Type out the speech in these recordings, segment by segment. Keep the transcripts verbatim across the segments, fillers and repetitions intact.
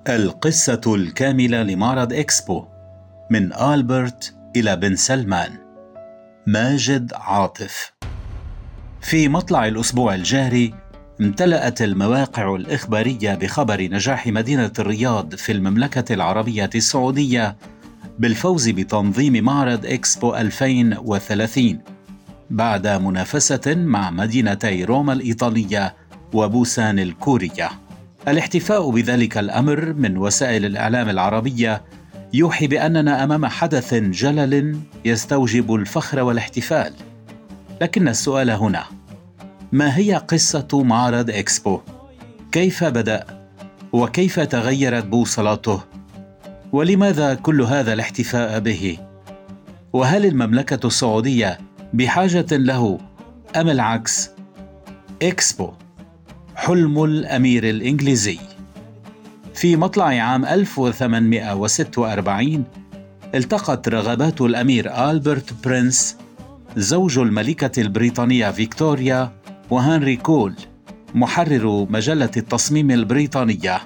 القصة الكاملة لمعرض إكسبو، من آلبرت إلى بن سلمان. ماجد عاطف. في مطلع الأسبوع الجاري امتلأت المواقع الإخبارية بخبر نجاح مدينة الرياض في المملكة العربية السعودية بالفوز بتنظيم معرض إكسبو ألفين وثلاثين بعد منافسة مع مدينتي روما الإيطالية وبوسان الكورية. الاحتفاء بذلك الأمر من وسائل الإعلام العربية يوحي بأننا أمام حدث جلل يستوجب الفخر والاحتفال. لكن السؤال هنا: ما هي قصة معرض إكسبو؟ كيف بدأ؟ وكيف تغيرت بوصلته؟ ولماذا كل هذا الاحتفاء به؟ وهل المملكة السعودية بحاجة له أم العكس؟ إكسبو، حلم الأمير الإنجليزي. في مطلع عام ألف وثمانمائة وستة وأربعين التقت رغبات الأمير آلبرت برنس زوج الملكة البريطانية فيكتوريا وهنري كول محرر مجلة التصميم البريطانية،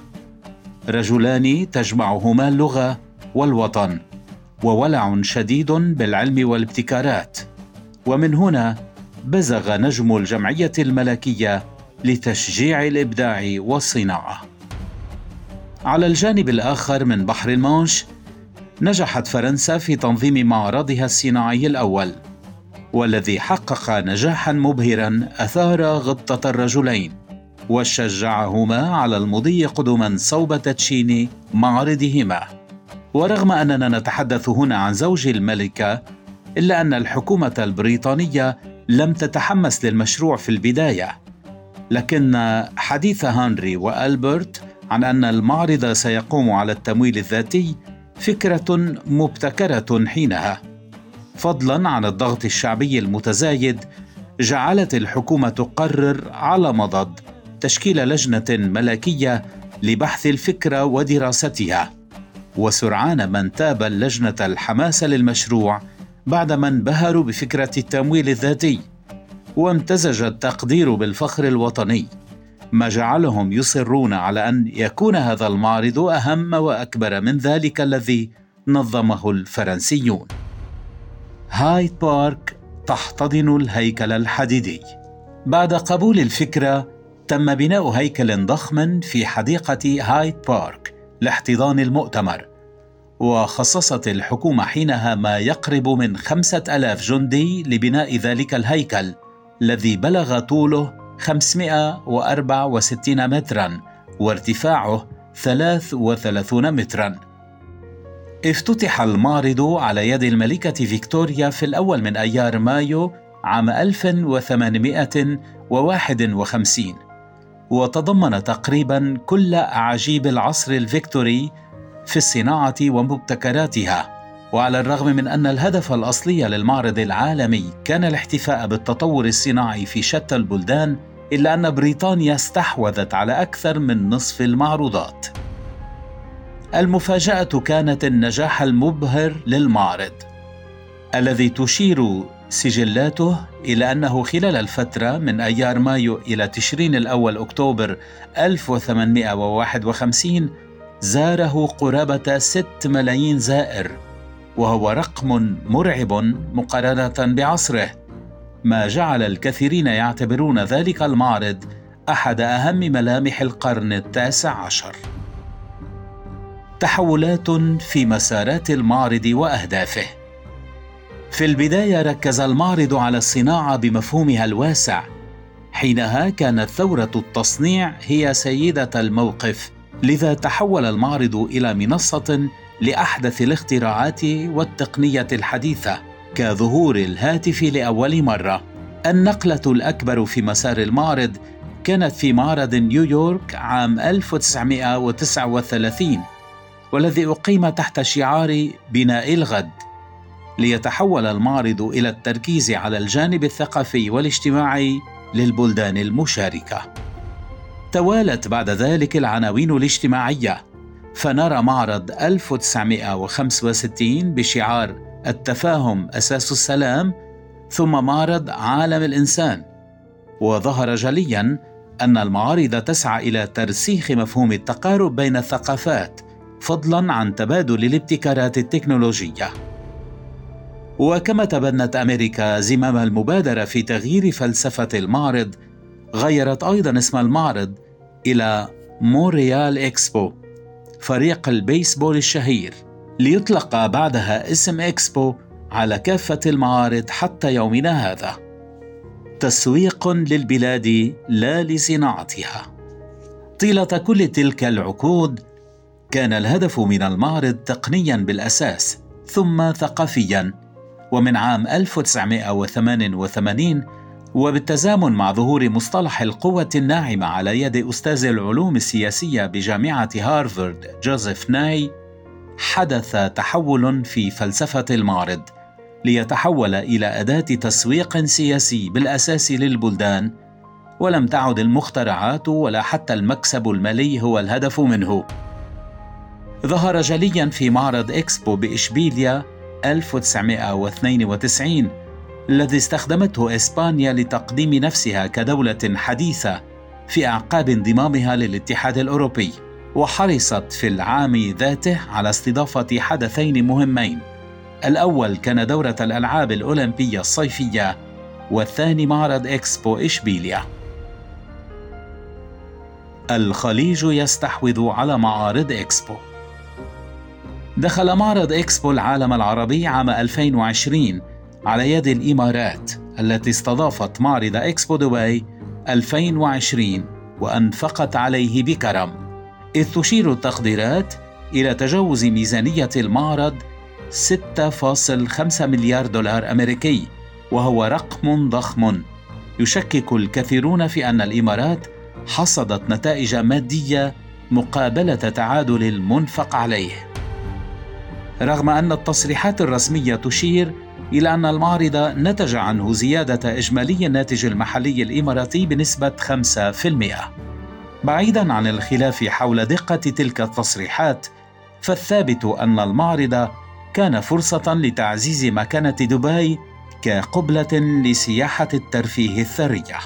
رجلان تجمعهما اللغة والوطن وولع شديد بالعلم والابتكارات. ومن هنا بزغ نجم الجمعية الملكية لتشجيع الإبداع والصناعة. على الجانب الآخر من بحر المانش نجحت فرنسا في تنظيم معرضها الصناعي الأول، والذي حقق نجاحاً مبهراً أثار غبطة الرجلين وشجعهما على المضي قدماً صوب تدشين معرضهما. ورغم أننا نتحدث هنا عن زوج الملكة، إلا أن الحكومة البريطانية لم تتحمس للمشروع في البداية، لكن حديث هنري وألبرت عن أن المعرض سيقوم على التمويل الذاتي فكرة مبتكرة حينها، فضلاً عن الضغط الشعبي المتزايد، جعلت الحكومة تقرر على مضض تشكيل لجنة ملكية لبحث الفكرة ودراستها. وسرعان ما انتاب اللجنة الحماس للمشروع بعدما انبهروا بفكرة التمويل الذاتي، وامتزج التقدير بالفخر الوطني، ما جعلهم يصرون على أن يكون هذا المعرض أهم وأكبر من ذلك الذي نظمه الفرنسيون. هايد بارك تحتضن الهيكل الحديدي. بعد قبول الفكرة تم بناء هيكل ضخم في حديقة هايد بارك لاحتضان المؤتمر، وخصصت الحكومة حينها ما يقرب من خمسة آلاف جندي لبناء ذلك الهيكل الذي بلغ طوله خمسمائة وأربعة وستين متراً وارتفاعه ثلاثة وثلاثين متراً. افتتح المعرض على يد الملكة فيكتوريا في الأول من أيار مايو عام ألف وثمانمائة وواحد وخمسين، وتضمن تقريباً كل أعاجيب العصر الفيكتوري في الصناعة ومبتكراتها. وعلى الرغم من أن الهدف الأصلي للمعرض العالمي كان الاحتفاء بالتطور الصناعي في شتى البلدان، إلا أن بريطانيا استحوذت على أكثر من نصف المعروضات. المفاجأة كانت النجاح المبهر للمعرض، الذي تشير سجلاته إلى أنه خلال الفترة من أيار مايو إلى تشرين الأول أكتوبر ألف وثمانمائة وواحد وخمسين زاره قرابة ستة ملايين زائر، وهو رقم مرعب مقارنة بعصره، ما جعل الكثيرين يعتبرون ذلك المعرض أحد أهم ملامح القرن التاسع عشر. تحولات في مسارات المعرض وأهدافه. في البداية ركز المعرض على الصناعة بمفهومها الواسع، حينها كانت ثورة التصنيع هي سيدة الموقف، لذا تحول المعرض إلى منصة لأحدث الاختراعات والتقنية الحديثة، كظهور الهاتف لأول مرة. النقلة الأكبر في مسار المعرض كانت في معرض نيويورك عام ألف وتسعمائة وتسعة وثلاثين، والذي أقيم تحت شعار بناء الغد، ليتحول المعرض إلى التركيز على الجانب الثقافي والاجتماعي للبلدان المشاركة. توالت بعد ذلك العناوين الاجتماعية، فنرى معرض ألف وتسعمائة وخمسة وستين بشعار التفاهم أساس السلام، ثم معرض عالم الإنسان، وظهر جلياً أن المعارض تسعى إلى ترسيخ مفهوم التقارب بين الثقافات فضلاً عن تبادل الابتكارات التكنولوجية. وكما تبنت أمريكا زمام المبادرة في تغيير فلسفة المعرض، غيرت أيضاً اسم المعرض إلى مونريال إكسبو، فريق البيسبول الشهير، ليطلق بعدها اسم إكسبو على كافة المعارض حتى يومنا هذا. تسويق للبلاد لا لصناعتها. طيلة كل تلك العقود كان الهدف من المعرض تقنياً بالأساس ثم ثقافياً. ومن عام ألف وتسعمائة وثمانية وثمانين وبالتزامن مع ظهور مصطلح القوة الناعمة على يد أستاذ العلوم السياسية بجامعة هارفارد جوزيف ناي، حدث تحول في فلسفة المعرض ليتحول إلى أداة تسويق سياسي بالأساس للبلدان، ولم تعد المخترعات ولا حتى المكسب المالي هو الهدف منه. ظهر جلياً في معرض إكسبو بإشبيلية ألف وتسعمائة واثنين وتسعين الذي استخدمته إسبانيا لتقديم نفسها كدولة حديثة في أعقاب انضمامها للاتحاد الأوروبي، وحرصت في العام ذاته على استضافة حدثين مهمين. الأول كان دورة الألعاب الأولمبية الصيفية، والثاني معرض إكسبو إشبيلية. الخليج يستحوذ على معارض إكسبو. دخل معرض إكسبو العالم العربي عام ألفين وعشرين على يد الإمارات التي استضافت معرض إكسبو دبي ألفين وعشرين وأنفقت عليه بكرم، إذ تشير التقديرات إلى تجاوز ميزانية المعرض ستة فاصلة خمسة مليار دولار أمريكي، وهو رقم ضخم يشكك الكثيرون في أن الإمارات حصدت نتائج مادية مقابلة تعادل المنفق عليه، رغم أن التصريحات الرسمية تشير إلى أن المعرض نتج عنه زيادة إجمالي الناتج المحلي الإماراتي بنسبة خمسة بالمئة. بعيداً عن الخلاف حول دقة تلك التصريحات، فالثابت أن المعرض كان فرصة لتعزيز مكانة دبي كقبلة لسياحة الترفيه الثرية.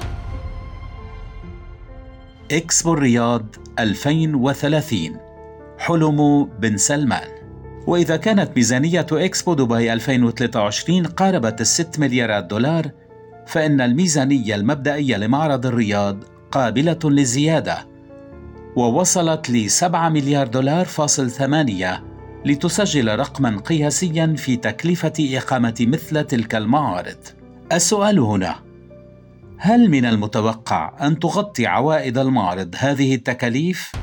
إكسبو الرياض ألفين وثلاثين، حلم بن سلمان. وإذا كانت ميزانية إكسبو دبي ألفين وثلاثة وعشرين قاربت الست مليارات دولار، فإن الميزانية المبدئية لمعرض الرياض قابلة للزيادة، ووصلت لسبعة مليار دولار فاصل ثمانية، لتسجل رقما قياسيا في تكلفة إقامة مثل تلك المعارض. السؤال هنا: هل من المتوقع أن تغطي عوائد المعرض هذه التكاليف؟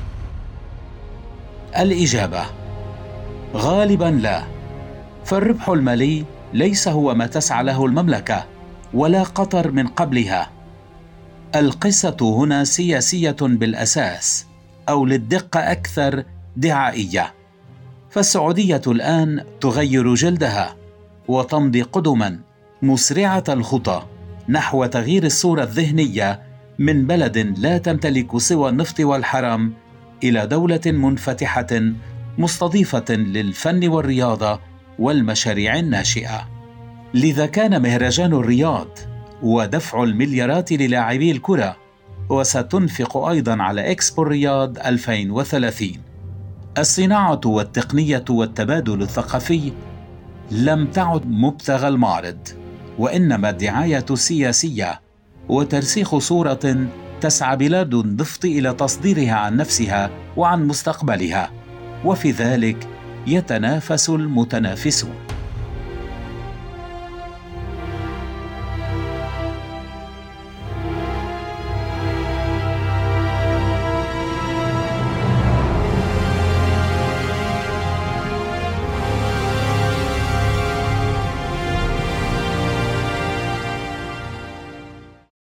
الإجابة: غالباً لا، فالربح المالي ليس هو ما تسعى له المملكة ولا قطر من قبلها. القصة هنا سياسية بالأساس، أو للدقة أكثر دعائية. فالسعودية الآن تغير جلدها وتمضي قدماً مسرعة الخطى نحو تغيير الصورة الذهنية من بلد لا تمتلك سوى النفط والحرام إلى دولة منفتحة مستضيفة للفن والرياضة والمشاريع الناشئة. لذا كان مهرجان الرياض ودفع المليارات للاعبي الكرة، وستنفق أيضاً على إكسبو الرياض ألفين وثلاثين. الصناعة والتقنية والتبادل الثقافي لم تعد مبتغى المعرض، وإنما الدعاية السياسية وترسيخ صورة تسعى بلاد النفط إلى تصديرها عن نفسها وعن مستقبلها، وفي ذلك يتنافس المتنافسون.